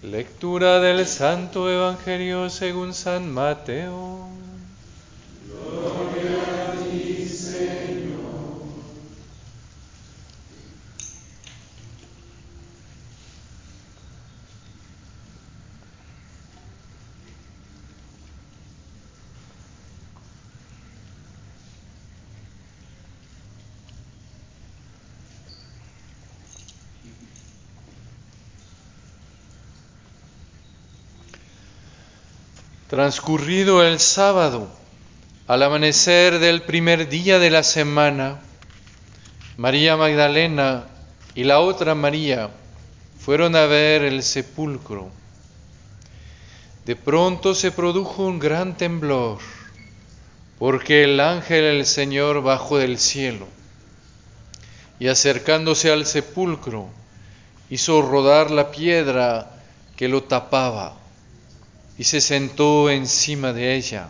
Lectura del Santo Evangelio según San Mateo. Gloria a ti, Señor. Transcurrido el sábado, al amanecer del primer día de la semana, María Magdalena y la otra María fueron a ver el sepulcro. De pronto se produjo un gran temblor, porque el ángel del Señor bajó del cielo y acercándose al sepulcro, hizo rodar la piedra que lo tapaba y se sentó encima de ella.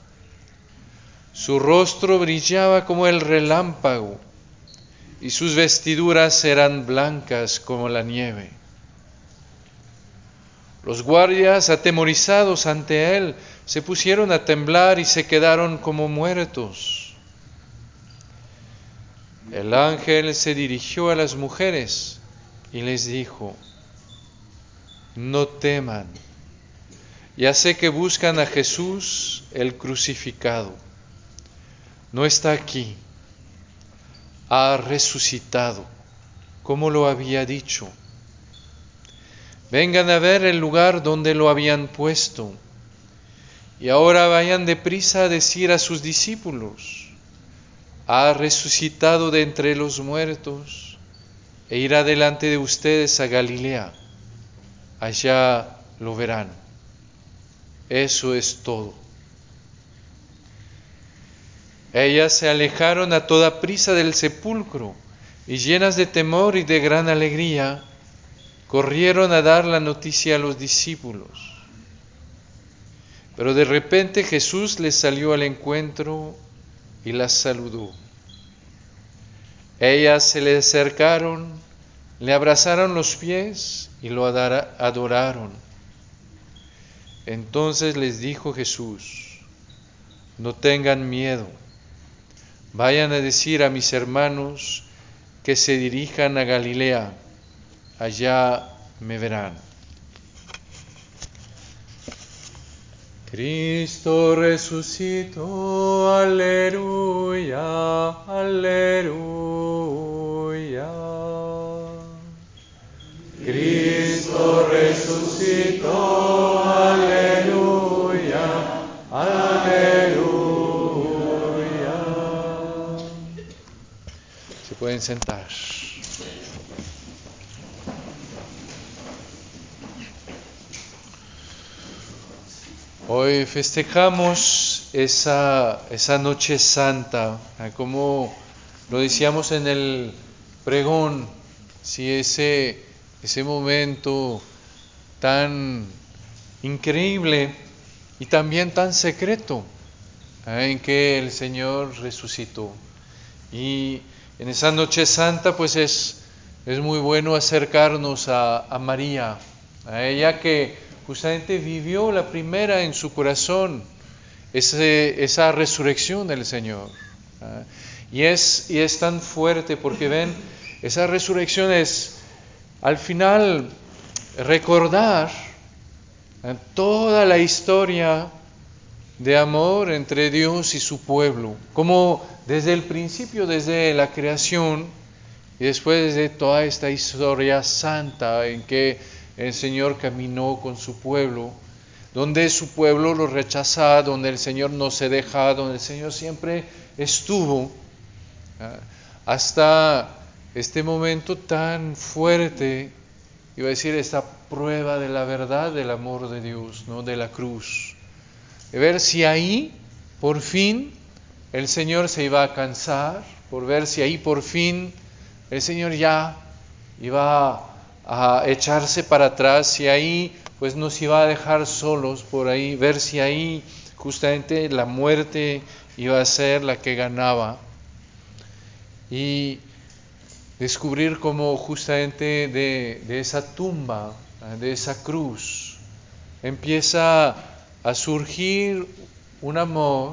Su rostro brillaba como el relámpago y sus vestiduras eran blancas como la nieve. Los guardias, atemorizados ante él, se pusieron a temblar y se quedaron como muertos. El ángel se dirigió a las mujeres y les dijo: no teman, ya sé que buscan a Jesús el crucificado. No está aquí, ha resucitado, como lo había dicho. Vengan a ver el lugar donde lo habían puesto. Y ahora vayan deprisa a decir a sus discípulos: ha resucitado de entre los muertos, e irá delante de ustedes a Galilea. Allá lo verán. Eso es todo. Ellas se alejaron a toda prisa del sepulcro y, llenas de temor y de gran alegría, corrieron a dar la noticia a los discípulos. Pero de repente Jesús les salió al encuentro y las saludó. Ellas se le acercaron, le abrazaron los pies y lo adoraron. Entonces les dijo Jesús: no tengan miedo, vayan a decir a mis hermanos que se dirijan a Galilea, allá me verán. Cristo resucitó, aleluya, aleluya. Cristo resucitó, aleluya, aleluya. Se pueden sentar. Hoy festejamos esa noche santa, como lo decíamos en el pregón, sí, ese momento tan increíble y también tan secreto, en que el Señor resucitó. Y en esa noche santa pues es muy bueno acercarnos a María, a ella que justamente vivió la primera en su corazón, esa resurrección del Señor. Y es tan fuerte porque ven, esa resurrección es al final recordar toda la historia de amor entre Dios y su pueblo, como desde el principio, desde la creación, y después de toda esta historia santa en que el Señor caminó con su pueblo, donde su pueblo lo rechazaba, donde el Señor no se dejaba, donde el Señor siempre estuvo, hasta este momento tan fuerte, iba a decir, esta prueba de la verdad del amor de Dios, ¿no? De la cruz. De ver si ahí, por fin, el Señor se iba a cansar, por ver si ahí, por fin, el Señor ya iba a echarse para atrás, si ahí pues nos iba a dejar solos por ahí, ver si ahí justamente la muerte iba a ser la que ganaba. Y descubrir cómo justamente de esa tumba, de esa cruz, empieza a surgir un amor,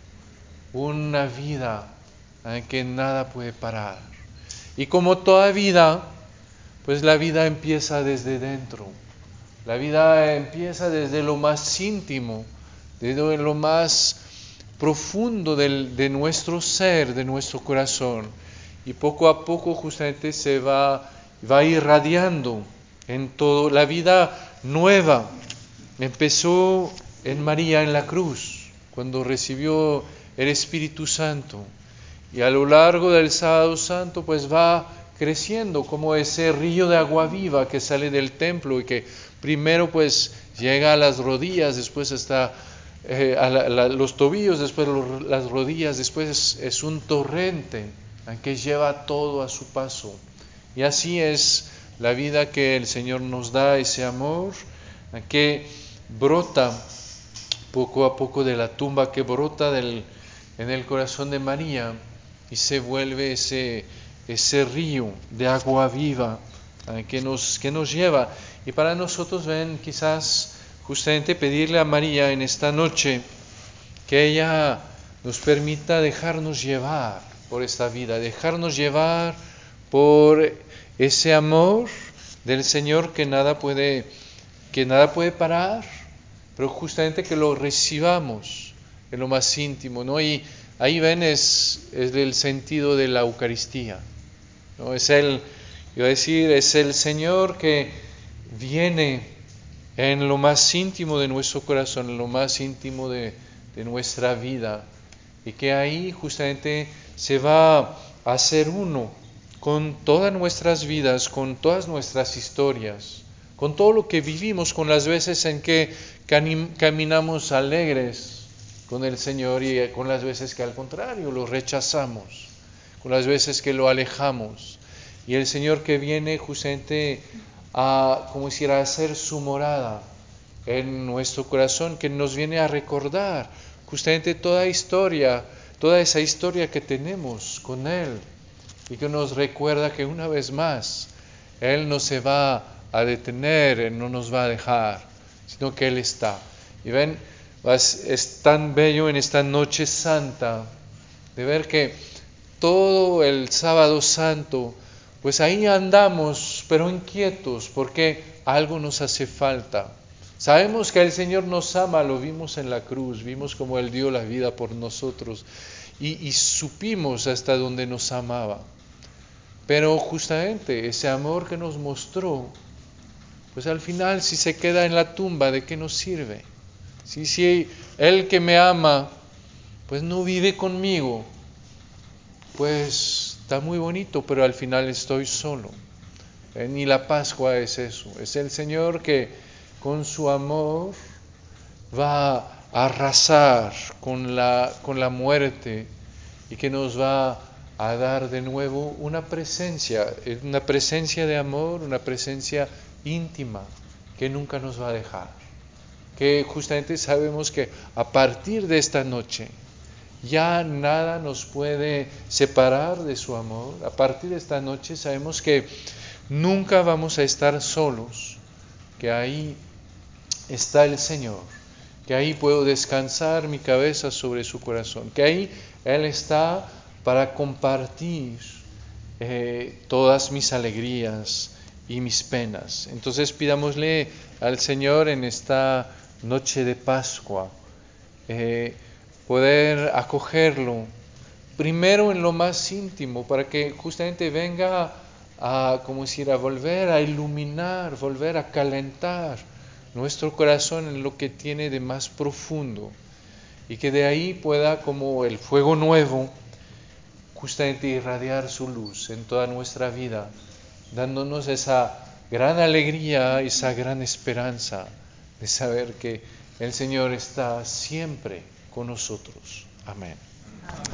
una vida que nada puede parar. Y como toda vida, pues la vida empieza desde dentro. La vida empieza desde lo más íntimo, desde lo más profundo de nuestro ser, de nuestro corazón. Y poco a poco justamente se va irradiando en todo. La vida nueva empezó en María en la cruz, cuando recibió el Espíritu Santo. Y a lo largo del Sábado Santo pues va creciendo como ese río de agua viva que sale del templo y que primero pues llega a las rodillas, después hasta los tobillos, después las rodillas, después es un torrente que lleva todo a su paso. Y así es la vida que el Señor nos da, ese amor que brota poco a poco de la tumba, que brota en el corazón de María y se vuelve ese río de agua viva que nos lleva. Y para nosotros, ven, quizás justamente pedirle a María en esta noche que ella nos permita dejarnos llevar por esta vida, dejarnos llevar por ese amor del Señor que nada puede parar, pero justamente que lo recibamos en lo más íntimo, ¿no? Y ahí ven es el sentido de la Eucaristía, ¿no? Es el Señor que viene en lo más íntimo de nuestro corazón, en lo más íntimo de nuestra vida, y que ahí justamente se va a hacer uno con todas nuestras vidas, con todas nuestras historias, con todo lo que vivimos, con las veces en que caminamos alegres con el Señor y con las veces que al contrario lo rechazamos, con las veces que lo alejamos. Y el Señor que viene justamente a, como decir, a hacer su morada en nuestro corazón, que nos viene a recordar justamente toda esa historia que tenemos con Él, y que nos recuerda que una vez más Él no se va a detener, Él no nos va a dejar, sino que Él está. Y ven, es tan bello en esta noche santa de ver que todo el Sábado Santo, pues ahí andamos, pero inquietos, porque algo nos hace falta. Sabemos que el Señor nos ama, lo vimos en la cruz, vimos cómo Él dio la vida por nosotros y supimos hasta dónde nos amaba. Pero justamente ese amor que nos mostró, pues al final si se queda en la tumba, ¿de qué nos sirve? Si Él que me ama, pues no vive conmigo, pues está muy bonito, pero al final estoy solo. Ni la Pascua es eso, es el Señor que con su amor va a arrasar con la muerte y que nos va a dar de nuevo una presencia de amor, una presencia íntima que nunca nos va a dejar. Que justamente sabemos que a partir de esta noche ya nada nos puede separar de su amor. A partir de esta noche sabemos que nunca vamos a estar solos, que ahí está el Señor, que ahí puedo descansar mi cabeza sobre su corazón, que ahí Él está para compartir todas mis alegrías y mis penas. Entonces pidámosle al Señor en esta noche de Pascua poder acogerlo primero en lo más íntimo, para que justamente venga a volver a iluminar, volver a calentar nuestro corazón en lo que tiene de más profundo, y que de ahí pueda, como el fuego nuevo, justamente irradiar su luz en toda nuestra vida, dándonos esa gran alegría, esa gran esperanza de saber que el Señor está siempre con nosotros. Amén.